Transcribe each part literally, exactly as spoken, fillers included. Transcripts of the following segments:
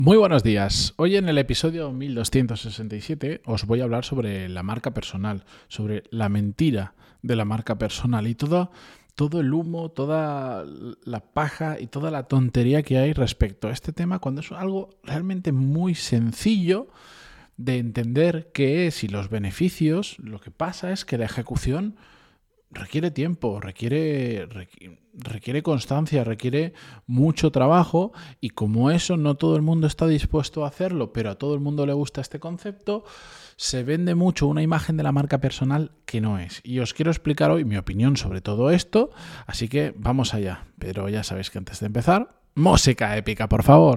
Muy buenos días. Hoy en el episodio mil doscientos sesenta y siete os voy a hablar sobre la marca personal, sobre la mentira de la marca personal y todo, todo el humo, toda la paja y toda la tontería que hay respecto a este tema cuando es algo realmente muy sencillo de entender qué es y los beneficios. Lo que pasa es que la ejecución requiere tiempo, requiere, requiere constancia, requiere mucho trabajo y como eso no todo el mundo está dispuesto a hacerlo, pero a todo el mundo le gusta este concepto, se vende mucho una imagen de la marca personal que no es. Y os quiero explicar hoy mi opinión sobre todo esto, así que vamos allá. Pero ya sabéis que antes de empezar, música épica, por favor.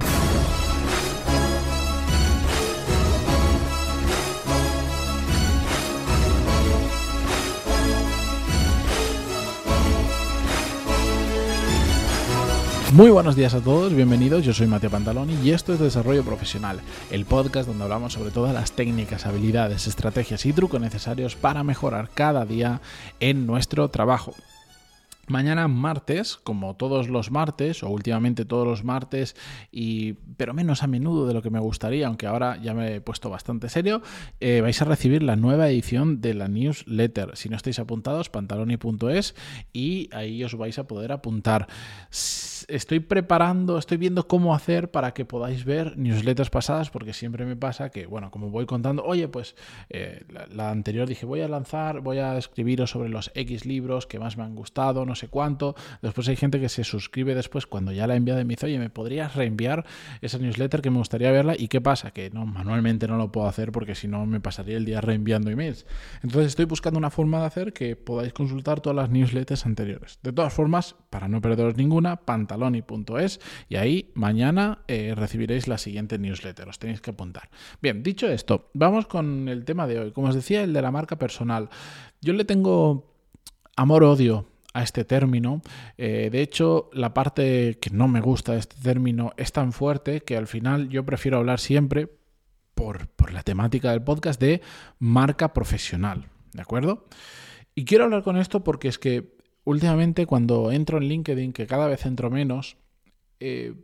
Muy buenos días a todos, bienvenidos, yo soy Mateo Pantaloni y esto es Desarrollo Profesional, el podcast donde hablamos sobre todas las técnicas, habilidades, estrategias y trucos necesarios para mejorar cada día en nuestro trabajo. Mañana martes, como todos los martes, o últimamente todos los martes, y pero menos a menudo de lo que me gustaría, aunque ahora ya me he puesto bastante serio, eh, vais a recibir la nueva edición de la newsletter. Si no estáis apuntados, pantaloni punto es y ahí os vais a poder apuntar. Estoy preparando, estoy viendo cómo hacer para que podáis ver newsletters pasadas, porque siempre me pasa que, bueno, como voy contando, oye, pues eh, la, la anterior dije, voy a lanzar, voy a escribiros sobre los X libros que más me han gustado, no sé cuánto. Después hay gente que se suscribe después cuando ya la he enviado y me dice, oye, ¿me podrías reenviar esa newsletter que me gustaría verla? ¿Y qué pasa? Que no, manualmente no lo puedo hacer porque si no me pasaría el día reenviando emails. Entonces estoy buscando una forma de hacer que podáis consultar todas las newsletters anteriores. De todas formas, para no perderos ninguna, pantaloni punto es y ahí mañana eh, recibiréis la siguiente newsletter. Os tenéis que apuntar. Bien, dicho esto, vamos con el tema de hoy. Como os decía, el de la marca personal. Yo le tengo amor-odio a este término. Eh, de hecho, la parte que no me gusta de este término es tan fuerte que al final yo prefiero hablar siempre, por, por la temática del podcast, de marca profesional. ¿De acuerdo? Y quiero hablar con esto porque es que últimamente cuando entro en LinkedIn, que cada vez entro menos, eh,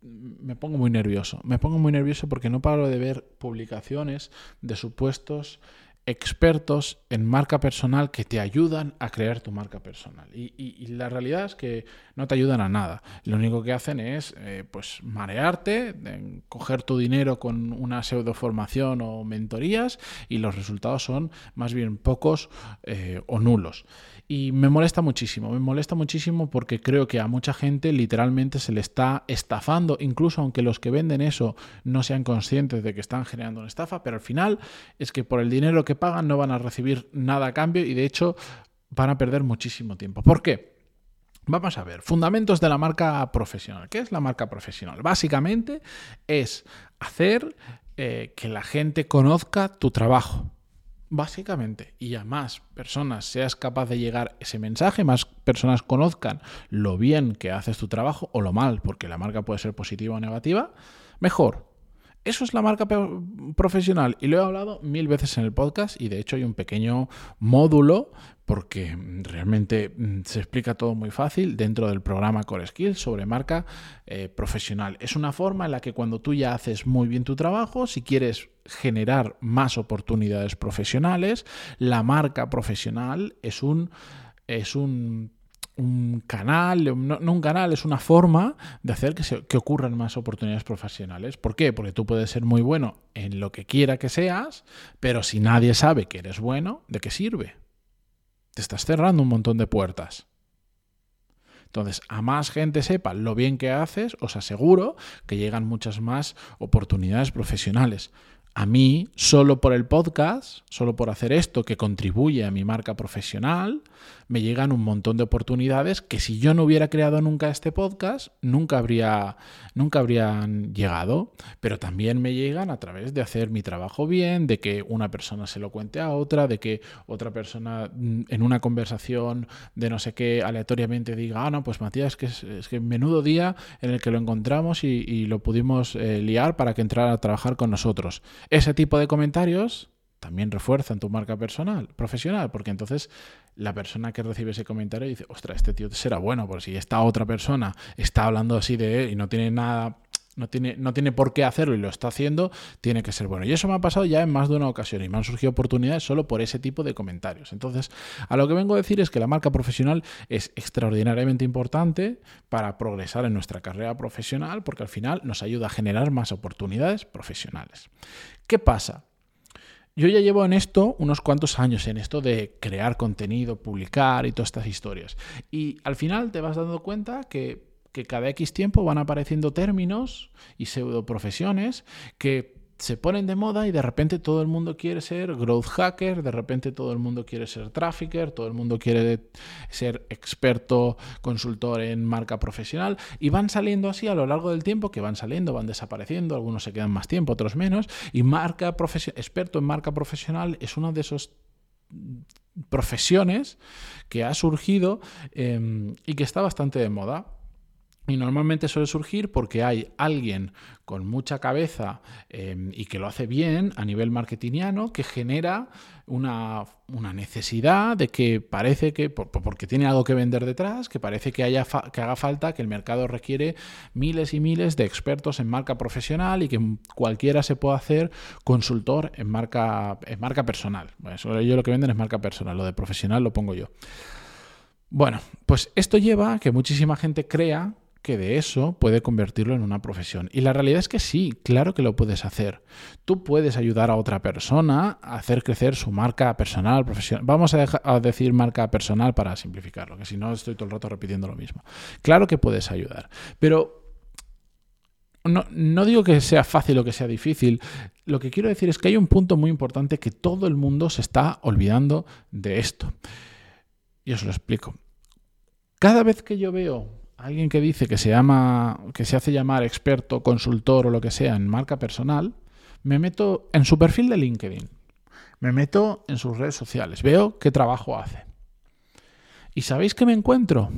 me pongo muy nervioso. Me pongo muy nervioso porque no paro de ver publicaciones de supuestos expertos en marca personal que te ayudan a crear tu marca personal. Y, y, y la realidad es que no te ayudan a nada. Lo único que hacen es eh, pues marearte, eh, coger tu dinero con una pseudoformación o mentorías y los resultados son más bien pocos eh, o nulos. Y me molesta muchísimo, me molesta muchísimo porque creo que a mucha gente literalmente se le está estafando, incluso aunque los que venden eso no sean conscientes de que están generando una estafa, pero al final es que por el dinero que pagan no van a recibir nada a cambio y de hecho van a perder muchísimo tiempo. ¿Por qué? Vamos a ver, fundamentos de la marca profesional. ¿Qué es la marca profesional? Básicamente es hacer eh, que la gente conozca tu trabajo. Básicamente, y a más personas seas capaz de llegar ese mensaje, más personas conozcan lo bien que haces tu trabajo o lo mal, porque la marca puede ser positiva o negativa, mejor. Eso es la marca profesional y lo he hablado mil veces en el podcast y de hecho hay un pequeño módulo porque realmente se explica todo muy fácil dentro del programa Core Skills sobre marca eh, profesional. Es una forma en la que cuando tú ya haces muy bien tu trabajo, si quieres generar más oportunidades profesionales, la marca profesional es un, es un un canal, no, no un canal, es una forma de hacer que, se, que ocurran más oportunidades profesionales. ¿Por qué? Porque tú puedes ser muy bueno en lo que quiera que seas, pero si nadie sabe que eres bueno, ¿de qué sirve? Te estás cerrando un montón de puertas. Entonces, a más gente sepa lo bien que haces, os aseguro que llegan muchas más oportunidades profesionales. A mí, solo por el podcast, solo por hacer esto que contribuye a mi marca profesional, me llegan un montón de oportunidades que si yo no hubiera creado nunca este podcast, nunca habría, nunca habrían llegado. Pero también me llegan a través de hacer mi trabajo bien, de que una persona se lo cuente a otra, de que otra persona en una conversación de no sé qué aleatoriamente diga, ah, no, pues Matías, es que es, es que menudo día en el que lo encontramos y, y lo pudimos eh, liar para que entrara a trabajar con nosotros. Ese tipo de comentarios también refuerzan tu marca personal, profesional, porque entonces la persona que recibe ese comentario dice, ostras, este tío será bueno, porque si esta otra persona está hablando así de él y no tiene nada no tiene, no tiene por qué hacerlo y lo está haciendo, tiene que ser bueno. Y eso me ha pasado ya en más de una ocasión y me han surgido oportunidades solo por ese tipo de comentarios. Entonces, a lo que vengo a decir es que la marca profesional es extraordinariamente importante para progresar en nuestra carrera profesional, porque al final nos ayuda a generar más oportunidades profesionales. ¿Qué pasa? Yo ya llevo en esto unos cuantos años, en esto de crear contenido, publicar y todas estas historias. Y al final te vas dando cuenta que que cada X tiempo van apareciendo términos y pseudoprofesiones que se ponen de moda y de repente todo el mundo quiere ser growth hacker, de repente todo el mundo quiere ser trafficker, todo el mundo quiere ser experto, consultor en marca profesional y van saliendo así a lo largo del tiempo, que van saliendo, van desapareciendo, algunos se quedan más tiempo, otros menos, y marca profes- experto en marca profesional es uno de esos profesiones que ha surgido eh, y que está bastante de moda. Y normalmente suele surgir porque hay alguien con mucha cabeza eh, y que lo hace bien a nivel marketingiano que genera una, una necesidad de que parece que, por, porque tiene algo que vender detrás, que parece que, haya fa, que haga falta, que el mercado requiere miles y miles de expertos en marca profesional y que cualquiera se pueda hacer consultor en marca, en marca personal. Bueno, eso, ellos lo que venden es marca personal, lo de profesional lo pongo yo. Bueno, pues esto lleva a que muchísima gente crea que de eso puede convertirlo en una profesión. Y la realidad es que sí, claro que lo puedes hacer. Tú puedes ayudar a otra persona a hacer crecer su marca personal, profesional. Vamos a, dejar, a decir marca personal para simplificarlo, que si no estoy todo el rato repitiendo lo mismo. Claro que puedes ayudar, pero no, no digo que sea fácil o que sea difícil. Lo que quiero decir es que hay un punto muy importante que todo el mundo se está olvidando de esto. Y os lo explico. Cada vez que yo veo alguien que dice que se llama, que se hace llamar experto, consultor o lo que sea en marca personal, me meto en su perfil de LinkedIn, me meto en sus redes sociales, veo qué trabajo hace. ¿Y sabéis qué me encuentro?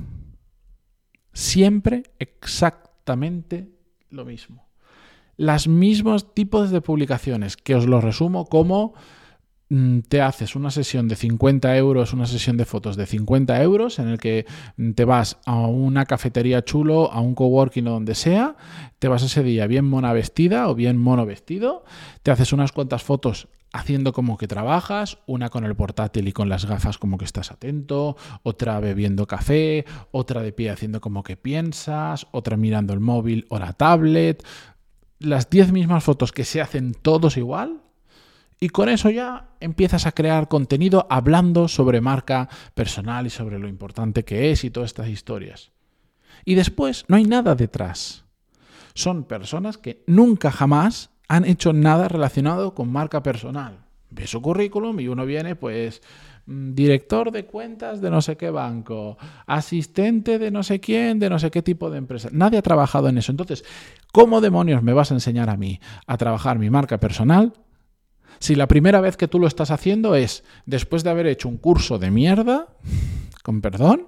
Siempre exactamente lo mismo. Los mismos tipos de publicaciones, que os lo resumo como te haces una sesión de cincuenta euros, una sesión de fotos de cincuenta euros en el que te vas a una cafetería chulo, a un coworking o donde sea, te vas ese día bien mona vestida o bien mono vestido, te haces unas cuantas fotos haciendo como que trabajas, una con el portátil y con las gafas como que estás atento, otra bebiendo café, otra de pie haciendo como que piensas, otra mirando el móvil o la tablet, las diez mismas fotos que se hacen todos igual. Y con eso ya empiezas a crear contenido hablando sobre marca personal y sobre lo importante que es y todas estas historias. Y después no hay nada detrás. Son personas que nunca jamás han hecho nada relacionado con marca personal. Ve su currículum y uno viene, pues, director de cuentas de no sé qué banco, asistente de no sé quién, de no sé qué tipo de empresa. Nadie ha trabajado en eso. Entonces, ¿cómo demonios me vas a enseñar a mí a trabajar mi marca personal si la primera vez que tú lo estás haciendo es después de haber hecho un curso de mierda, con perdón,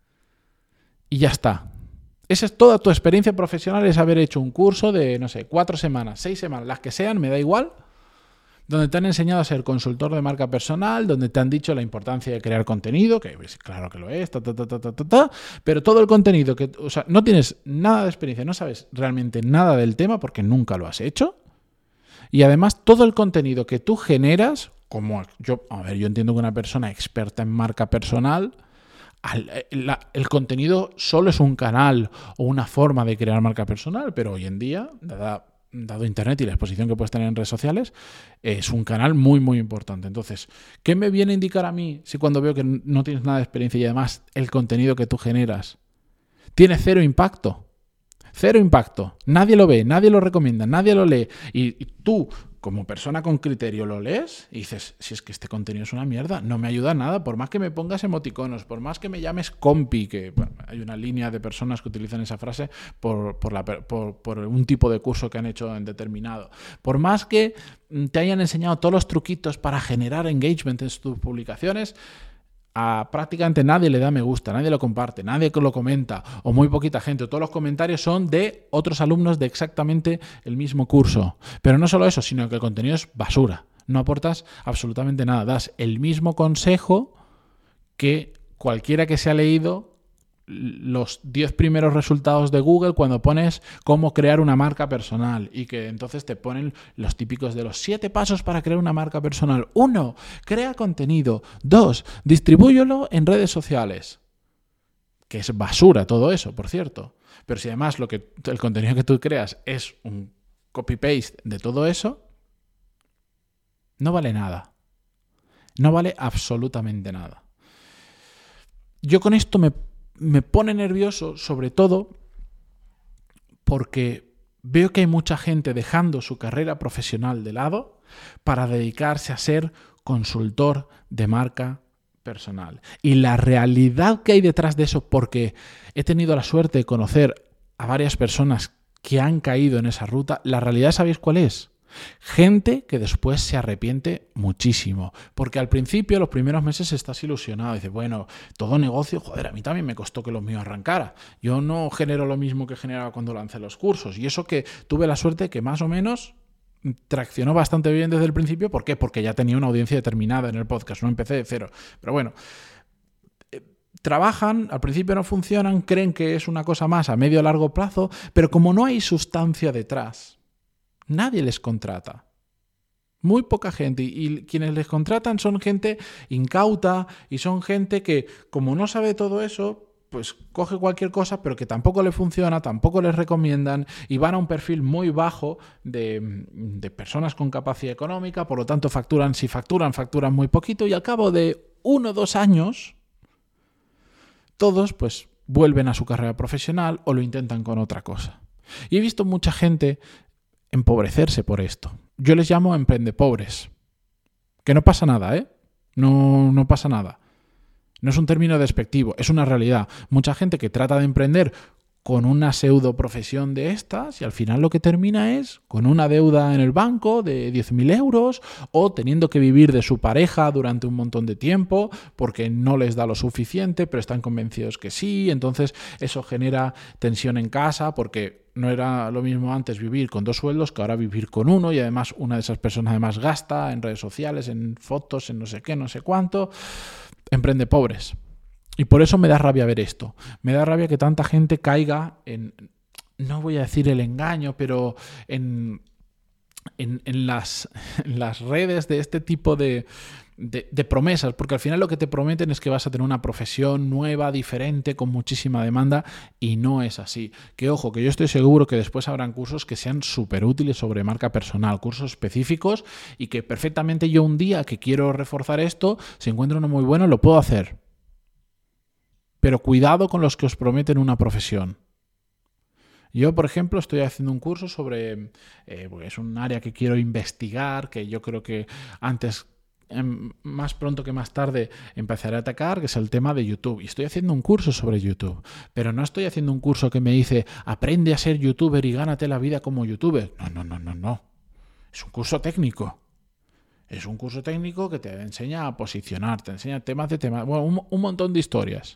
y ya está? Esa es toda tu experiencia profesional, es haber hecho un curso de, no sé, cuatro semanas, seis semanas, las que sean, me da igual, donde te han enseñado a ser consultor de marca personal, donde te han dicho la importancia de crear contenido, que claro que lo es, ta, ta, ta, ta, ta, ta, pero todo el contenido, que, o sea, no tienes nada de experiencia, no sabes realmente nada del tema porque nunca lo has hecho. Y además todo el contenido que tú generas, como yo, a ver, yo entiendo que una persona experta en marca personal, el, la, el contenido solo es un canal o una forma de crear marca personal, pero hoy en día, dada, dado Internet y la exposición que puedes tener en redes sociales, es un canal muy, muy importante. Entonces, ¿qué me viene a indicar a mí si cuando veo que no tienes nada de experiencia y además el contenido que tú generas tiene cero impacto? Cero impacto. Nadie lo ve, nadie lo recomienda, nadie lo lee. Y, y tú, como persona con criterio, lo lees y dices, si es que este contenido es una mierda, no me ayuda a nada, por más que me pongas emoticonos, por más que me llames compi, que bueno, hay una línea de personas que utilizan esa frase por, por, la, por, por un tipo de curso que han hecho en determinado. Por más que te hayan enseñado todos los truquitos para generar engagement en tus publicaciones, a prácticamente nadie le da me gusta, nadie lo comparte, nadie lo comenta, o muy poquita gente. Todos los comentarios son de otros alumnos de exactamente el mismo curso. Pero no solo eso, sino que el contenido es basura. No aportas absolutamente nada. Das el mismo consejo que cualquiera que se ha leído los diez primeros resultados de Google cuando pones cómo crear una marca personal y que entonces te ponen los típicos de los siete pasos para crear una marca personal. Uno, crea contenido. Dos, distribúyelo en redes sociales. Que es basura todo eso, por cierto. Pero si además lo que, el contenido que tú creas es un copy-paste de todo eso, no vale nada. No vale absolutamente nada. Yo con esto me, me pone nervioso, sobre todo porque veo que hay mucha gente dejando su carrera profesional de lado para dedicarse a ser consultor de marca personal. Y la realidad que hay detrás de eso, porque he tenido la suerte de conocer a varias personas que han caído en esa ruta, la realidad, ¿sabéis cuál es? Gente que después se arrepiente muchísimo, porque al principio, los primeros meses, estás ilusionado, dices, bueno, todo negocio, joder, a mí también me costó que lo mío arrancara, yo no genero lo mismo que generaba cuando lancé los cursos, y eso que tuve la suerte que más o menos traccionó bastante bien desde el principio. ¿Por qué? Porque ya tenía una audiencia determinada en el podcast, no empecé de cero, pero bueno, trabajan, al principio no funcionan, creen que es una cosa más a medio o largo plazo, pero como no hay sustancia detrás, nadie les contrata. Muy poca gente. Y quienes les contratan son gente incauta y son gente que, como no sabe todo eso, pues coge cualquier cosa, pero que tampoco le funciona, tampoco les recomiendan y van a un perfil muy bajo de, de personas con capacidad económica, por lo tanto facturan, si facturan, facturan muy poquito y al cabo de uno o dos años, todos pues vuelven a su carrera profesional o lo intentan con otra cosa. Y he visto mucha gente empobrecerse por esto. Yo les llamo emprendepobres. Que no pasa nada, ¿eh? No, no pasa nada. No es un término despectivo, es una realidad. Mucha gente que trata de emprender con una pseudo profesión de estas y al final lo que termina es con una deuda en el banco de diez mil euros o teniendo que vivir de su pareja durante un montón de tiempo porque no les da lo suficiente, pero están convencidos que sí. Entonces eso genera tensión en casa porque no era lo mismo antes vivir con dos sueldos que ahora vivir con uno y además una de esas personas además gasta en redes sociales, en fotos, en no sé qué, no sé cuánto. Emprende pobres. Y por eso me da rabia ver esto. Me da rabia que tanta gente caiga en, no voy a decir el engaño, pero en, en, en, las, en las redes de este tipo de, de, de promesas, porque al final lo que te prometen es que vas a tener una profesión nueva, diferente, con muchísima demanda, y no es así. Que ojo, que yo estoy seguro que después habrán cursos que sean súper útiles sobre marca personal, cursos específicos, y que perfectamente yo un día que quiero reforzar esto, si encuentro uno muy bueno, lo puedo hacer. Pero cuidado con los que os prometen una profesión. Yo, por ejemplo, estoy haciendo un curso sobre, eh, pues es un área que quiero investigar, que yo creo que antes, eh, más pronto que más tarde, empezaré a atacar, que es el tema de YouTube. Y estoy haciendo un curso sobre YouTube. Pero no estoy haciendo un curso que me dice, aprende a ser youtuber y gánate la vida como youtuber. No, no, no, no, no. Es un curso técnico. Es un curso técnico que te enseña a posicionar, te enseña temas de temas, bueno, un, un montón de historias.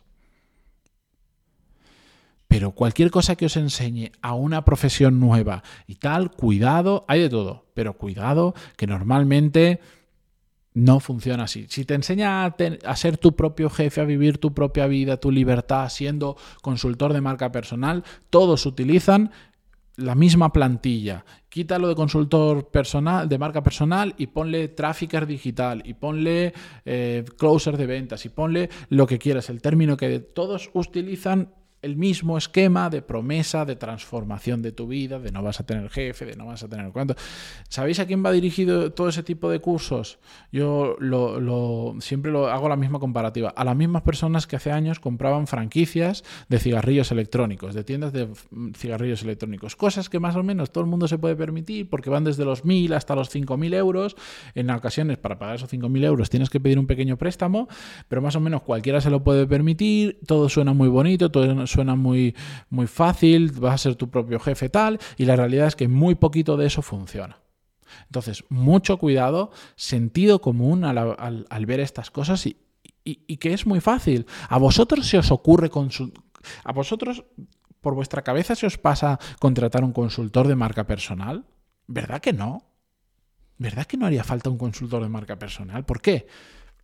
Pero cualquier cosa que os enseñe a una profesión nueva y tal, cuidado, hay de todo, pero cuidado que normalmente no funciona así. Si te enseña a, ten, a ser tu propio jefe, a vivir tu propia vida, tu libertad, siendo consultor de marca personal, todos utilizan la misma plantilla. Quítalo de consultor personal, de marca personal y ponle trafficker digital y ponle eh, closer de ventas y ponle lo que quieras. El término que todos utilizan el mismo esquema de promesa, de transformación de tu vida, de no vas a tener jefe, de no vas a tener cuánto. ¿Sabéis a quién va dirigido todo ese tipo de cursos? Yo lo, lo, siempre lo hago la misma comparativa. A las mismas personas que hace años compraban franquicias de cigarrillos electrónicos, de tiendas de cigarrillos electrónicos. Cosas que más o menos todo el mundo se puede permitir porque van desde los mil hasta los cinco mil euros. En ocasiones, para pagar esos cinco mil euros tienes que pedir un pequeño préstamo, pero más o menos cualquiera se lo puede permitir. Todo suena muy bonito, todo suena muy, muy fácil, vas a ser tu propio jefe tal, y la realidad es que muy poquito de eso funciona. Entonces, mucho cuidado, sentido común al, al, al ver estas cosas y, y, y que es muy fácil. ¿A vosotros se os ocurre consul- a vosotros por vuestra cabeza se os pasa contratar un consultor de marca personal? ¿Verdad que no? ¿Verdad que no haría falta un consultor de marca personal? ¿Por qué?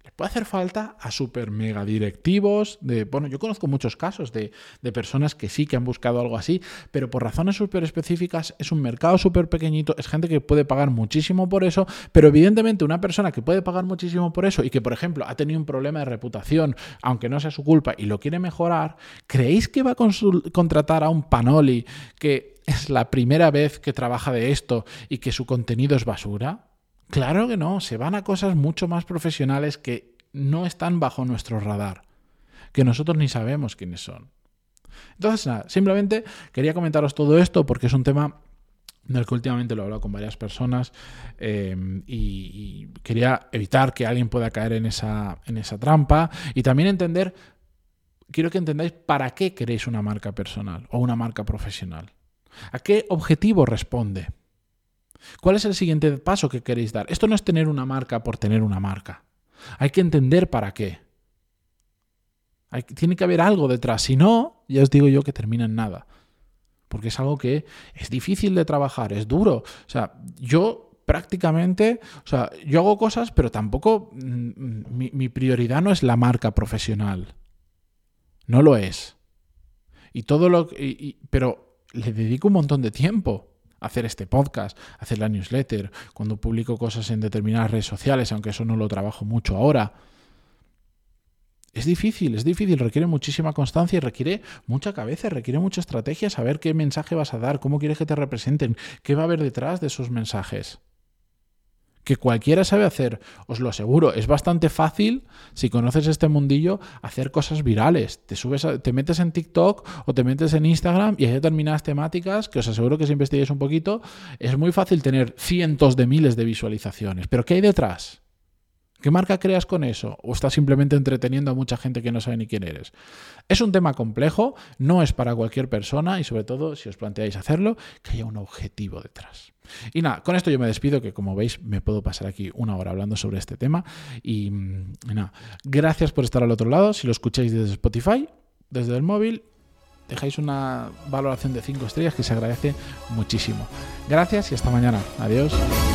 Les puede hacer falta a super mega directivos. De, bueno, yo conozco muchos casos de, de personas que sí que han buscado algo así, pero por razones súper específicas. Es un mercado súper pequeñito, es gente que puede pagar muchísimo por eso, pero evidentemente una persona que puede pagar muchísimo por eso y que, por ejemplo, ha tenido un problema de reputación, aunque no sea su culpa, y lo quiere mejorar, ¿creéis que va a consul- contratar a un Panoli que es la primera vez que trabaja de esto y que su contenido es basura? Claro que no, se van a cosas mucho más profesionales que no están bajo nuestro radar, que nosotros ni sabemos quiénes son. Entonces, nada, simplemente quería comentaros todo esto porque es un tema del que últimamente lo he hablado con varias personas eh, y, y quería evitar que alguien pueda caer en esa, en esa trampa y también entender, quiero que entendáis para qué queréis una marca personal o una marca profesional. ¿A qué objetivo responde? ¿Cuál es el siguiente paso que queréis dar? Esto no es tener una marca por tener una marca. Hay que entender para qué. Hay, tiene que haber algo detrás. Si no, ya os digo yo que termina en nada. Porque es algo que es difícil de trabajar, es duro. O sea, yo prácticamente, o sea, yo hago cosas, pero tampoco mi, mi prioridad no es la marca profesional. No lo es. Y todo lo, y, y, pero le dedico un montón de tiempo. Hacer este podcast, hacer la newsletter, cuando publico cosas en determinadas redes sociales, aunque eso no lo trabajo mucho ahora. Es difícil, es difícil, requiere muchísima constancia y requiere mucha cabeza, requiere mucha estrategia, saber qué mensaje vas a dar, cómo quieres que te representen, qué va a haber detrás de esos mensajes. Que cualquiera sabe hacer, os lo aseguro, es bastante fácil, si conoces este mundillo, hacer cosas virales. Te subes a, te metes en TikTok o te metes en Instagram y hay determinadas temáticas que os aseguro que si investiguéis un poquito, es muy fácil tener cientos de miles de visualizaciones. ¿Pero qué hay detrás? ¿Qué marca creas con eso? ¿O estás simplemente entreteniendo a mucha gente que no sabe ni quién eres? Es un tema complejo, no es para cualquier persona y sobre todo, si os planteáis hacerlo, que haya un objetivo detrás. Y nada, con esto yo me despido, que como veis me puedo pasar aquí una hora hablando sobre este tema. Y, y nada, gracias por estar al otro lado. Si lo escucháis desde Spotify, desde el móvil, dejáis una valoración de cinco estrellas que se agradece muchísimo. Gracias y hasta mañana. Adiós.